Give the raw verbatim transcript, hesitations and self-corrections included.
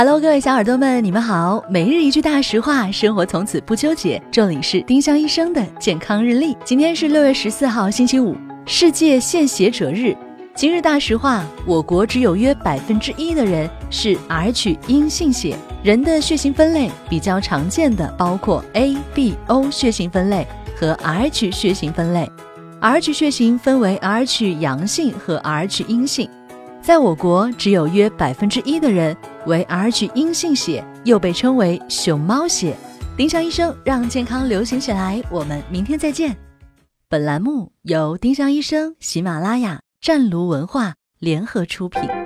Hello， 各位小耳朵们，你们好！每日一句大实话，生活从此不纠结。这里是丁香医生的健康日历。今天是六月十四号，星期五，世界献血者日。今日大实话：我国只有约百分之一的人是 Rh 阴性血。人的血型分类比较常见的包括 A、B、O 血型分类和 Rh 血型分类。Rh 血型分为 Rh 阳性和 Rh 阴性。在我国，只有约百分之一的人为 Rh 阴性血，又被称为熊猫血。丁香医生让健康流行起来，我们明天再见。本栏目由丁香医生、喜马拉雅、湛卢文化联合出品。